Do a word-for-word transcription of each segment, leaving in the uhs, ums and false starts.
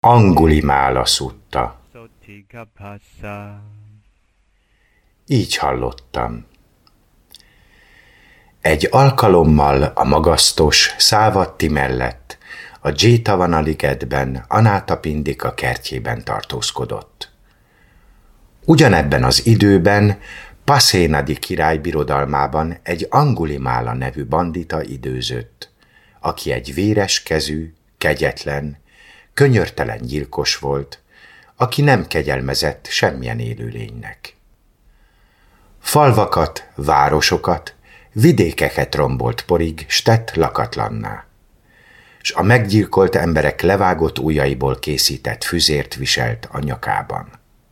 Angulimála szutta. Így hallottam. Egy alkalommal a magasztos Szávatti mellett a Jetavana-ligetben Anátapindika kertjében tartózkodott. Ugyanebben az időben Pasenadi király birodalmában egy Angulimála nevű bandita időzött, aki egy véres kezű, kegyetlen, könyörtelen gyilkos volt, aki nem kegyelmezett semmilyen élőlénynek. Falvakat, városokat, vidékeket rombolt porig, s tett lakatlanná, s a meggyilkolt emberek levágott ujjaiból készített füzért viselt a nyakában.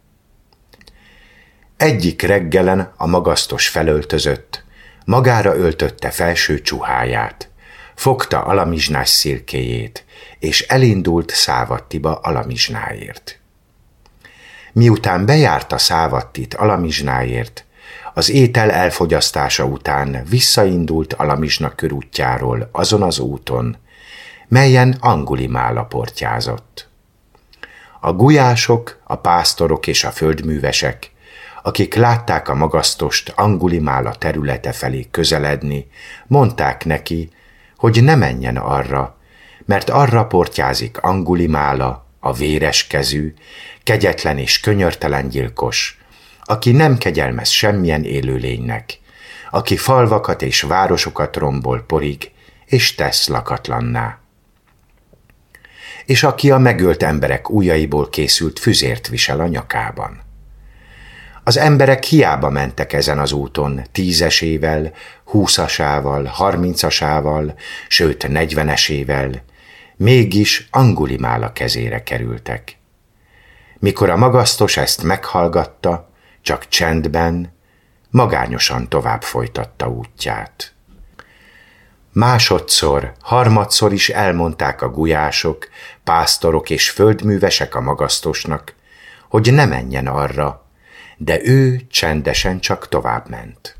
Egyik reggelen a magasztos felöltözött, magára öltötte felső csuháját, fogta alamizsnás szirkéjét, és elindult Szávattiba alamizsnáért. Miután bejárta Szávattit alamizsnáért, az étel elfogyasztása után visszaindult Alamizsna körútjáról azon az úton, melyen Angulimála portyázott. A gulyások, a pásztorok és a földművesek, akik látták a magasztost Angulimála területe felé közeledni, mondták neki, hogy ne menjen arra, mert arra portyázik Angulimála, a véres kezű, kegyetlen és könyörtelen gyilkos, aki nem kegyelmez semmilyen élőlénynek, aki falvakat és városokat rombol porig, és tesz lakatlanná, és aki a megölt emberek ujjaiból készült füzért visel a nyakában. Az emberek hiába mentek ezen az úton tízesével, húszasával, harmincasával, sőt negyvenesével, mégis Angulimála kezére kerültek. Mikor a magasztos ezt meghallgatta, csak csendben, magányosan tovább folytatta útját. Másodszor, harmadszor is elmondták a gulyások, pásztorok és földművesek a magasztosnak, hogy ne menjen arra, de ő csendesen csak tovább ment.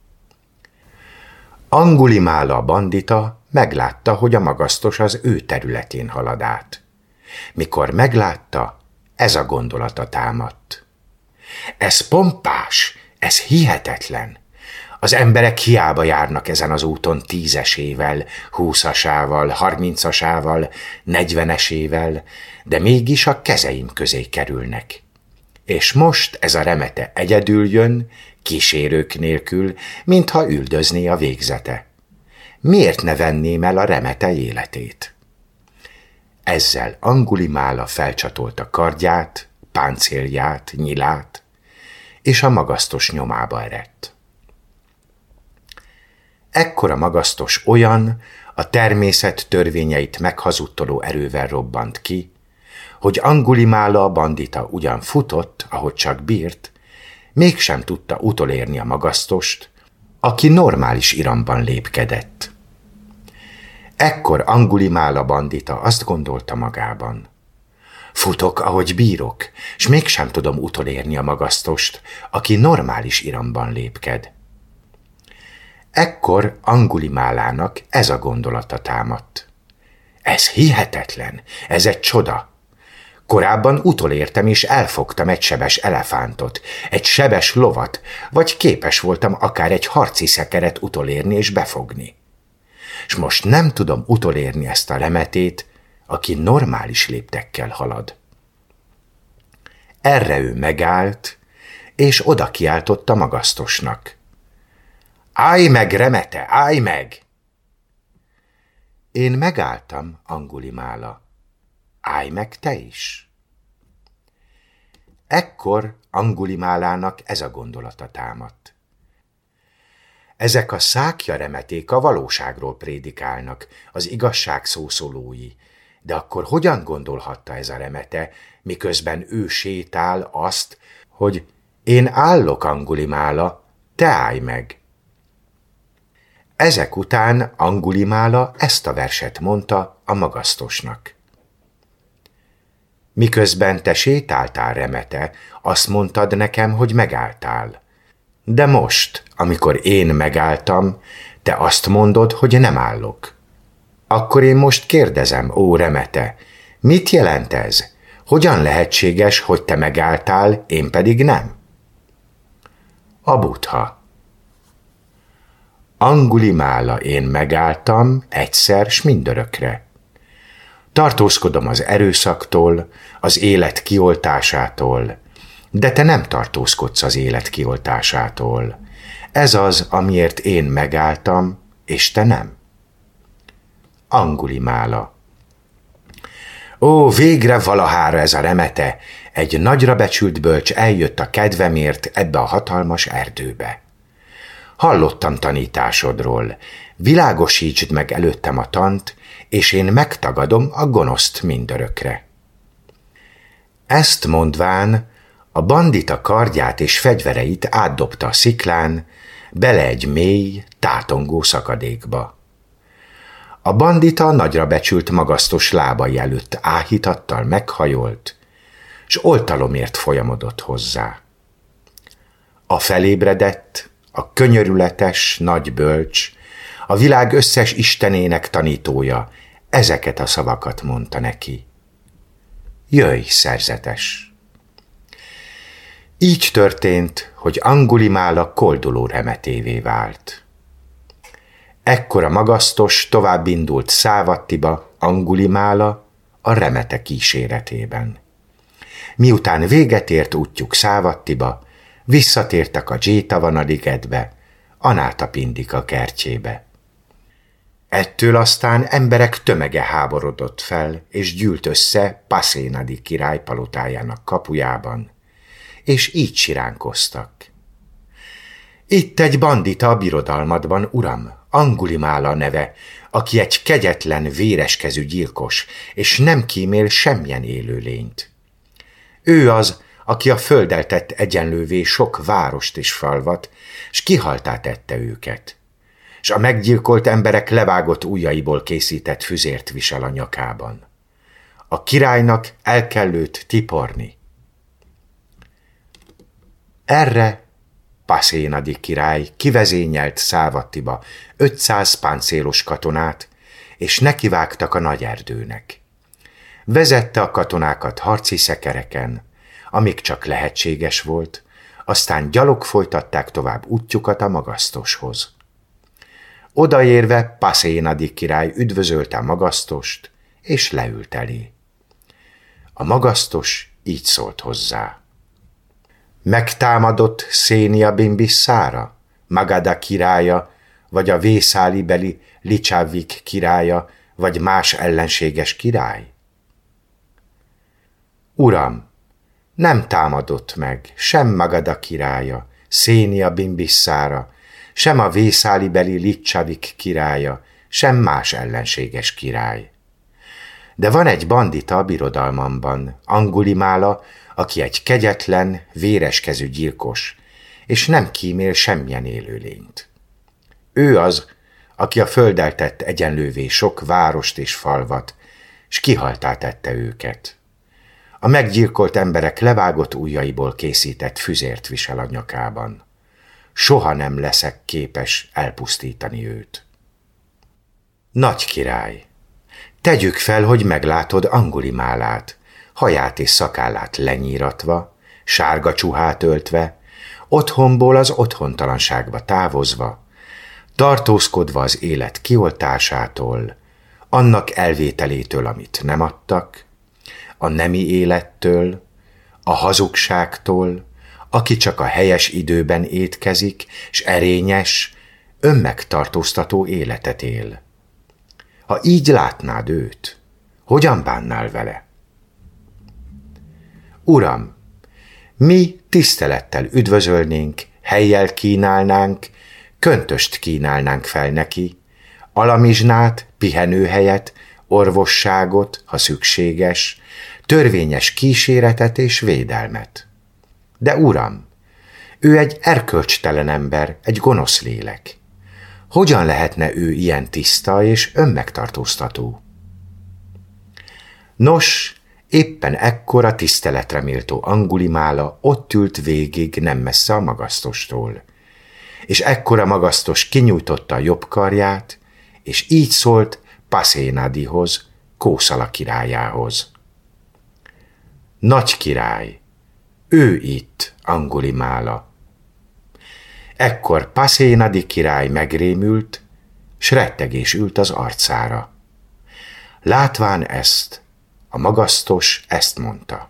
Angulimála bandita meglátta, hogy a magasztos az ő területén halad át. Mikor meglátta, ez a gondolata támadt. Ez pompás, ez hihetetlen. Az emberek hiába járnak ezen az úton tízesével, húszasával, harmincasával, negyvenesével, de mégis a kezeim közé kerülnek. És most ez a remete egyedül jön, kísérők nélkül, mintha üldözné a végzete. Miért ne venném el a remete életét? Ezzel Angulimála felcsatolta kardját, páncélját, nyilát, és a magasztos nyomába eredt. Ekkor a magasztos olyan, a természet törvényeit meghazudtoló erővel robbant ki, hogy Angulimála a bandita ugyan futott, ahogy csak bírt, mégsem tudta utolérni a magasztost, aki normális iramban lépkedett. Ekkor Angulimála bandita azt gondolta magában. Futok, ahogy bírok, s mégsem tudom utolérni a magasztost, aki normális iramban lépked. Ekkor Angulimálának ez a gondolata támadt. Ez hihetetlen, ez egy csoda. Korábban utolértem és elfogtam egy sebes elefántot, egy sebes lovat, vagy képes voltam akár egy harci szekeret utolérni és befogni. S most nem tudom utolérni ezt a remetét, aki normális léptekkel halad. Erre ő megállt, és oda kiáltotta magasztosnak. Állj meg, remete, állj meg! Én megálltam, Angulimála. Állj meg te is! Ekkor Angulimálának ez a gondolata támadt. Ezek a szákja remeték a valóságról prédikálnak, az igazság szószólói, de akkor hogyan gondolhatta ez a remete, miközben ő sétál azt, hogy én állok, Angulimála, te állj meg! Ezek után Angulimála ezt a verset mondta a magasztosnak. Miközben te sétáltál, remete, azt mondtad nekem, hogy megálltál. De most, amikor én megálltam, te azt mondod, hogy nem állok. Akkor én most kérdezem, ó remete, mit jelent ez, Hogyan lehetséges, hogy te megálltál, én pedig nem? A Buddha. Angulimála, én megálltam egyszer s mindörökre. Tartózkodom az erőszaktól, az élet kioltásától, de te nem tartózkodsz az élet kioltásától. Ez az, amiért én megálltam, és te nem. Angulimála. Ó, végre valahára ez a remete, egy nagyra becsült bölcs eljött a kedvemért ebbe a hatalmas erdőbe. Hallottam tanításodról, világosítsd meg előttem a tant, és én megtagadom a gonoszt mindörökre. Ezt mondván a bandita kardját és fegyvereit átdobta a sziklán, bele egy mély, tátongó szakadékba. A bandita nagyra becsült magasztos lábai előtt áhítattal meghajolt, s oltalomért folyamodott hozzá. A felébredett, a könyörületes nagy bölcs, a világ összes istenének tanítója ezeket a szavakat mondta neki. Jöjj, szerzetes! Így történt, hogy Angulimála kolduló remetévé vált. Ekkor a magasztos tovább indult Szávattiba Angulimála a remete kíséretében. Miután véget ért útjuk Szávattiba, visszatértek a Jétavana ligetbe, Anátapindika kertjébe. Ettől aztán emberek tömege háborodott fel, és gyűlt össze Pasénadi király palotájának kapujában, és így siránkoztak. Itt egy bandita a birodalmadban, uram, Angulimála neve, aki egy kegyetlen, véreskezű gyilkos, és nem kímél semmilyen élőlényt. Ő az, aki a földdel tett egyenlővé sok várost és falvat, s kihaltá tette őket, s a meggyilkolt emberek levágott ujjaiból készített füzért visel a nyakában. A királynak el kell őt tiporni. Erre Pasénadi király kivezényelt Szávattiba ötszáz páncélos katonát, és nekivágtak a nagy erdőnek. Vezette a katonákat harci szekereken, amíg csak lehetséges volt, aztán gyalog folytatták tovább útjukat a magasztoshoz. Odaérve Pasénadi király üdvözölte a magasztost, és leült elé. A magasztos így szólt hozzá. Megtámadott Szénia Bimbisszára, Magadha királya, vagy a Vészálibeli Licsávik királya, vagy más ellenséges király? Uram, nem támadott meg sem Magadha királya, Szénia Bimbisszára, sem a Vészálibeli Licsávik királya, sem más ellenséges király. De van egy bandita a birodalmamban, Angulimála, aki egy kegyetlen, véreskezű gyilkos, és nem kímél semmilyen élőlényt. Ő az, aki a földdel tett egyenlővé sok várost és falvat, s kihaltá tette őket. A meggyilkolt emberek levágott ujjaiból készített füzért visel a nyakában. Soha nem leszek képes elpusztítani őt. Nagy király, tegyük fel, hogy meglátod Angulimálát, haját és szakállát lenyíratva, sárga csuhát öltve, otthonból az otthontalanságba távozva, tartózkodva az élet kioltásától, annak elvételétől, amit nem adtak, a nemi élettől, a hazugságtól, aki csak a helyes időben étkezik, s erényes, önmegtartóztató életet él. Ha így látnád őt, hogyan bánnál vele? Uram, mi tisztelettel üdvözölnénk, helyjel kínálnánk, köntöst kínálnánk fel neki, alamizsnát, pihenőhelyet, orvosságot, ha szükséges, törvényes kíséretet és védelmet. De uram, ő egy erkölcstelen ember, egy gonosz lélek. Hogyan lehetne ő ilyen tiszta és önmegtartóztató? Nos, éppen ekkor a tiszteletre méltó Angulimála ott ült végig nem messze a magasztostól, és ekkor a magasztos kinyújtotta a jobb karját, és így szólt Pasénadihoz, Kószala királyához. Nagy király, ő itt, Angulimála. Ekkor Pasénadi király megrémült, s rettegés ült az arcára. Látván ezt, a magasztos ezt mondta.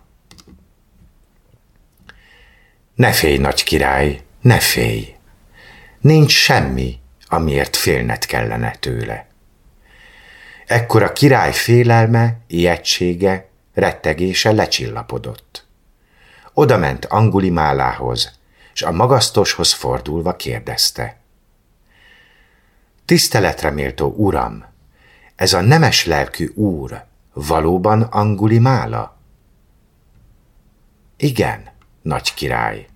Ne félj, nagy király, ne félj! Nincs semmi, amiért félned kellene tőle. Ekkor a király félelme, ijegysége, rettegése lecsillapodott. Oda ment Angulimálához, s a magasztoshoz fordulva kérdezte. Tiszteletre méltó uram, ez a nemes lelkű úr valóban Angulimála? Igen, nagy király.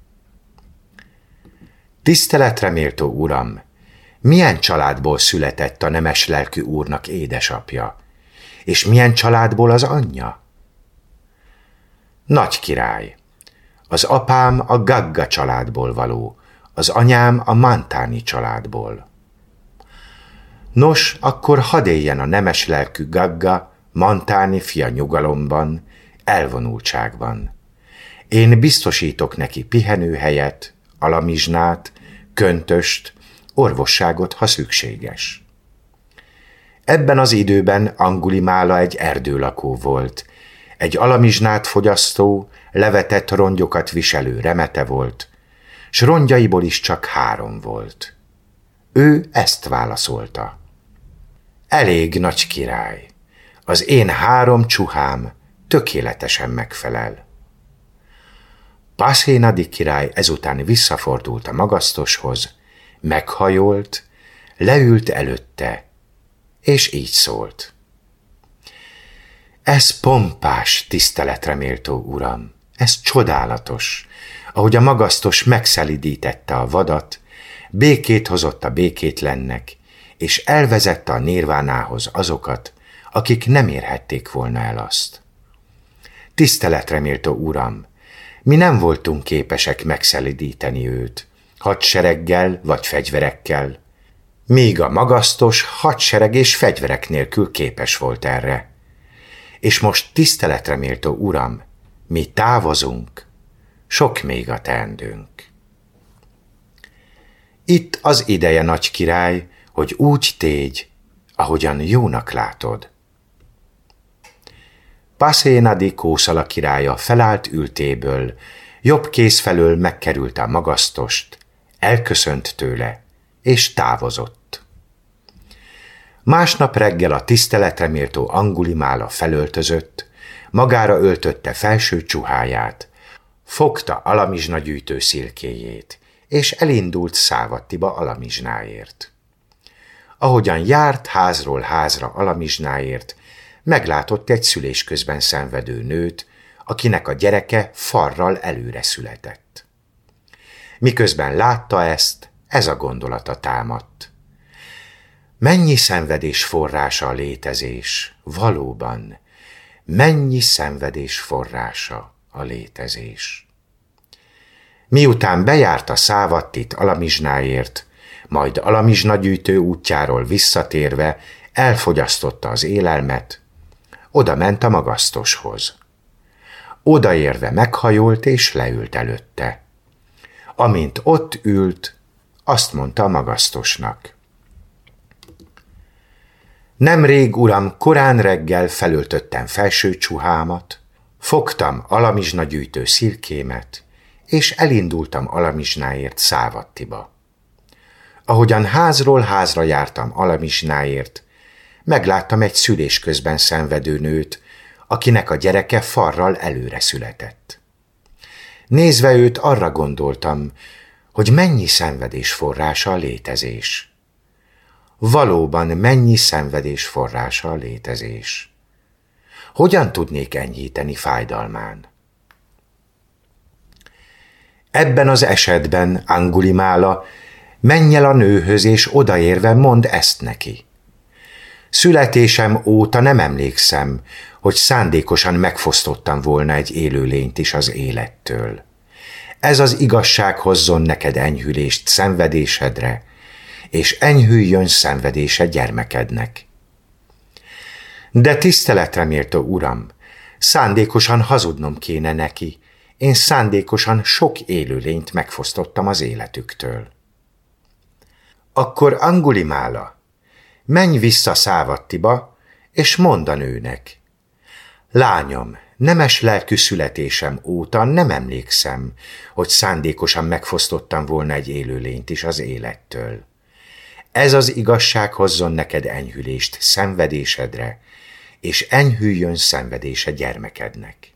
Tiszteletre méltó uram, milyen családból született a nemes lelkű úrnak édesapja, és milyen családból az anyja? Nagy király, az apám a Gagga családból való, az anyám a Mantáni családból. Nos, akkor hadd éljen a nemes lelkű Gagga Mantáni fia nyugalomban, elvonultságban. Én biztosítok neki pihenőhelyet, alamizsnát, köntöst, orvosságot, ha szükséges. Ebben az időben Angulimála egy erdőlakó volt, egy alamizsnát fogyasztó, levetett rongyokat viselő remete volt, s rongyaiból is csak három volt. Ő ezt válaszolta. Elég, nagy király, az én három csuhám tökéletesen megfelel. Pasénadi király ezután visszafordult a magasztoshoz, meghajolt, leült előtte, és így szólt. Ez pompás, tiszteletre méltó uram, ez csodálatos, ahogy a magasztos megszelidítette a vadat, békét hozott a békétlennek, és elvezette a nirvánához azokat, akik nem érhették volna el azt. Tiszteletre méltó uram, mi nem voltunk képesek megszelidíteni őt, hadsereggel vagy fegyverekkel, míg a magasztos hadsereg és fegyverek nélkül képes volt erre. És most tiszteletre méltó uram, mi távozunk, sok még a teendőnk. Itt az ideje, nagy király, hogy úgy tégy, ahogyan jónak látod. Pasénadi Kószala királya felállt ültéből, jobb kéz felől megkerülte a magasztost, elköszönt tőle, és távozott. Másnap reggel a tiszteletre méltó Angulimála felöltözött, magára öltötte felső csuháját, fogta alamizsna gyűjtő szilkéjét, és elindult Szávattiba alamizsnáért. Ahogyan járt házról házra alamizsnáért, meglátott egy szülés közben szenvedő nőt, akinek a gyereke farral előre született. Miközben látta ezt, ez a gondolata támadt. Mennyi szenvedés forrása a létezés, valóban, mennyi szenvedés forrása a létezés. Miután bejárta Szávattit alamizsnáért, majd alamizsna gyűjtő útjáról visszatérve elfogyasztotta az élelmet, oda ment a magasztoshoz. Odaérve meghajolt és leült előtte. Amint ott ült, azt mondta a magasztosnak. Nemrég, uram, korán reggel felöltöttem felső csuhámat, fogtam alamizsna gyűjtő szirkémet, és elindultam alamizsnáért Szávattiba. Ahogyan házról házra jártam alamizsnáért, megláttam egy szülés közben szenvedő nőt, akinek a gyereke farral előre született. Nézve őt, arra gondoltam, hogy mennyi szenvedés forrása a létezés. Valóban mennyi szenvedés forrása a létezés. Hogyan tudnék enyhíteni fájdalmán? Ebben az esetben Angulimála menj el a nőhöz, és odaérve mondd ezt neki. Születésem óta nem emlékszem, hogy szándékosan megfosztottam volna egy élőlényt is az élettől. Ez az igazság hozzon neked enyhülést szenvedésedre, és enyhüljön szenvedése gyermekednek. De tiszteletre méltó uram, Szándékosan hazudnom kéne neki. Én szándékosan sok élőlényt megfosztottam az életüktől. Akkor Angulimála, menj vissza Szávattiba, és mondd a nőnek. Lányom, nemes lelkű születésem óta nem emlékszem, hogy szándékosan megfosztottam volna egy élőlényt is az élettől. Ez az igazság hozzon neked enyhülést szenvedésedre, és enyhüljön szenvedése gyermekednek.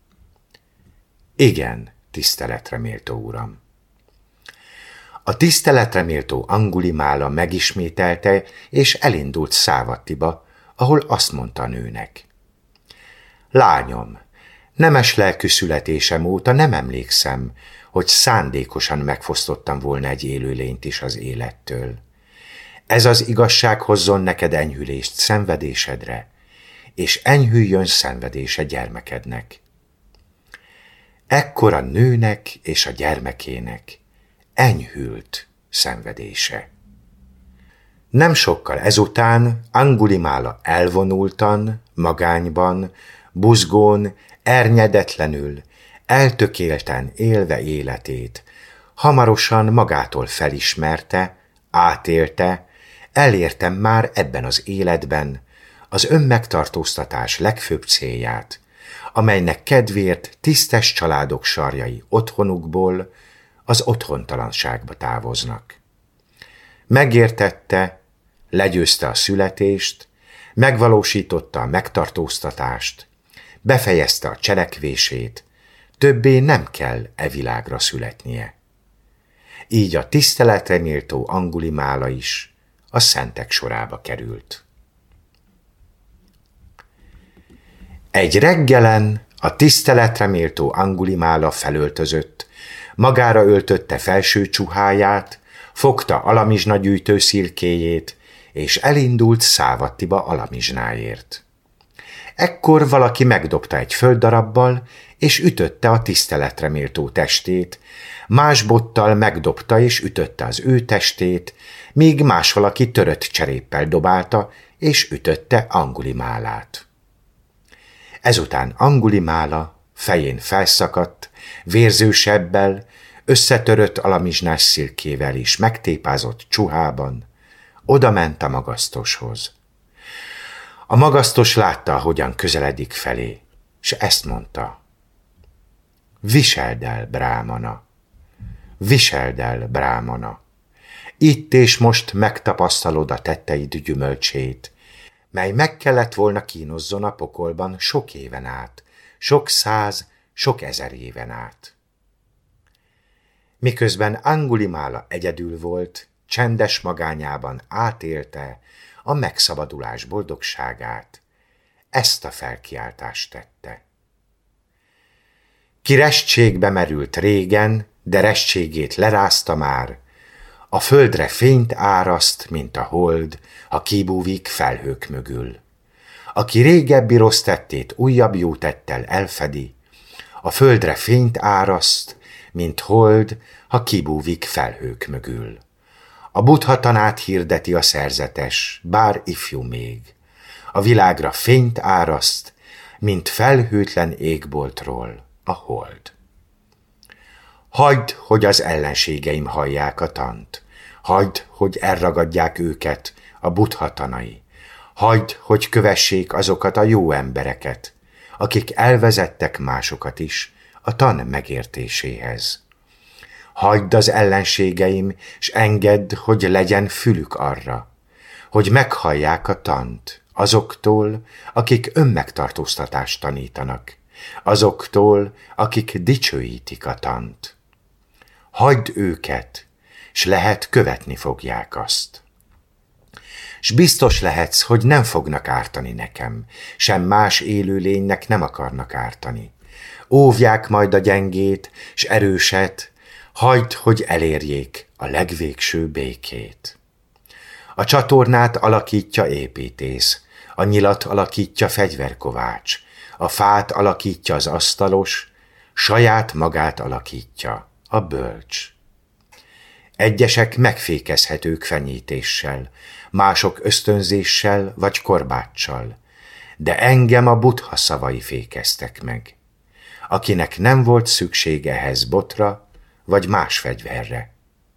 Igen, tiszteletre méltó uram. A tiszteletre méltó Angulimála megismételte, és elindult Szávattiba, ahol azt mondta a nőnek. Lányom, nemes lelkű születésem óta nem emlékszem, hogy szándékosan megfosztottam volna egy élőlényt is az élettől. Ez az igazság hozzon neked enyhülést szenvedésedre, és enyhüljön szenvedése gyermekednek. Ekkor a nőnek és a gyermekének enyhült szenvedése. Nem sokkal ezután Angulimála elvonultan, magányban, buzgón, ernyedetlenül, eltökélten élve életét, hamarosan magától felismerte, átélte, elértem már ebben az életben az önmegtartóztatás legfőbb célját, amelynek kedvéért tisztes családok sarjai otthonukból az otthontalanságba távoznak. Megértette, legyőzte a születést, megvalósította a megtartóztatást, befejezte a cselekvését, többé nem kell e világra születnie. Így a tiszteletre méltó Angulimála is a szentek sorába került. Egy reggelen a tiszteletre méltó Angulimála felöltözött, magára öltötte felső csuháját, fogta alamizsnagyűjtő szirkéjét, és elindult Szávattiba alamizsnáért. Ekkor valaki megdobta egy földdarabbal, és ütötte a tiszteletre méltó testét, más bottal megdobta és ütötte az ő testét, míg más valaki törött cseréppel dobálta, és ütötte Angulimálát. Ezután Angulimála fején felszakadt, vérző sebbel, összetörött alamizsnás szirkével és megtépázott csuhában, odament a magasztoshoz. A magasztos látta, hogyan közeledik felé, s ezt mondta. Viseld el, brámana, viseld el, brámana. Itt és most megtapasztalod a tetteid gyümölcsét, mely meg kellett volna kínozzon a pokolban sok éven át, sok száz, sok ezer éven át. Miközben Angulimála egyedül volt, csendes magányában átélte a megszabadulás boldogságát, ezt a felkiáltást tette. Ki restségbe merült régen, de restségét lerázta már, a földre fényt áraszt, mint a hold, ha kibúvik felhők mögül. Aki régebbi rossz tettét újabb jó tettel elfedi, a földre fényt áraszt, mint hold, ha kibúvik felhők mögül. A Buddha tanát hirdeti a szerzetes, bár ifjú még. A világra fényt áraszt, mint felhőtlen égboltról a hold. Hagyd, hogy az ellenségeim hallják a tant. Hagyd, hogy elragadják őket a Buddha tanai. Hagyd, hogy kövessék azokat a jó embereket, akik elvezettek másokat is a tan megértéséhez. Hagyd az ellenségeim, s engedd, hogy legyen fülük arra, hogy meghallják a tant azoktól, akik önmegtartóztatást tanítanak, azoktól, akik dicsőítik a tant. Hagyd őket, s lehet követni fogják azt. S biztos lehetsz, hogy nem fognak ártani nekem, sem más élőlénynek nem akarnak ártani. Óvják majd a gyengét, s erőset, hagyd, hogy elérjék a legvégső békét. A csatornát alakítja építész, a nyilat alakítja fegyverkovács, a fát alakítja az asztalos, saját magát alakítja a bölcs. Egyesek megfékezhetők fenyítéssel, mások ösztönzéssel vagy korbáccsal, de engem a Buddha szavai fékeztek meg, akinek nem volt szükség ehhez botra vagy más fegyverre.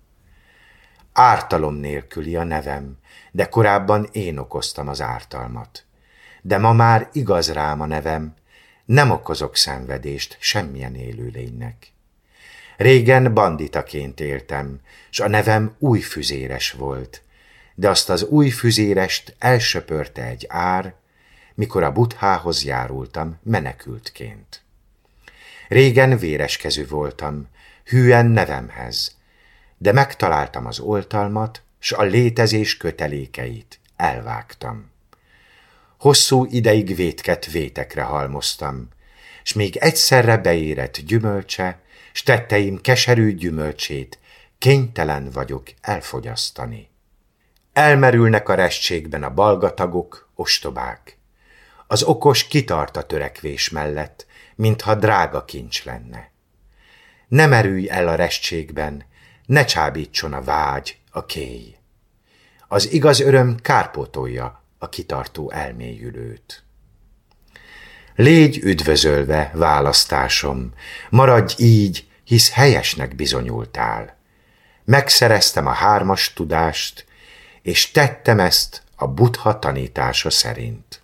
Ártalom nélküli a nevem, de korábban én okoztam az ártalmat. De ma már igaz rám a nevem, nem okozok szenvedést semmilyen élőlénynek. Régen banditaként éltem, s a nevem új füzéres volt, de azt az új füzérest elsöpörte egy ár, mikor a Buddhához járultam menekültként. Régen véreskezű voltam, hűen nevemhez, de megtaláltam az oltalmat, s a létezés kötelékeit elvágtam. Hosszú ideig vétket vétekre halmoztam, s még egyszerre beérett gyümölcse, s tetteim keserű gyümölcsét kénytelen vagyok elfogyasztani. Elmerülnek a restségben a balgatagok, ostobák. Az okos kitart a törekvés mellett, mintha drága kincs lenne. Ne merülj el a restségben, ne csábítson a vágy, a kéj. Az igaz öröm kárpótolja a kitartó elmélyülőt. Légy üdvözölve, választásom, maradj így, hisz helyesnek bizonyultál. Megszereztem a hármas tudást, és tettem ezt a Buddha tanítása szerint.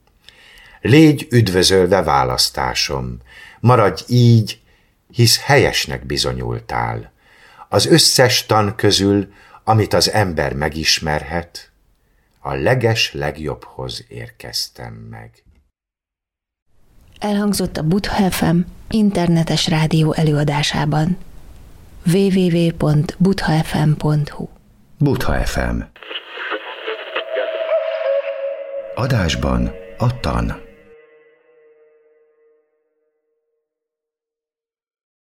Légy üdvözölve, választásom, maradj így, hisz helyesnek bizonyultál. Az összes tan közül, amit az ember megismerhet, a leges legjobbhoz érkeztem meg. Elhangzott a Buddha ef em internetes rádió előadásában. double-u double-u double-u pont buddha f m pont h u Buddha ef em. Adásban a tan.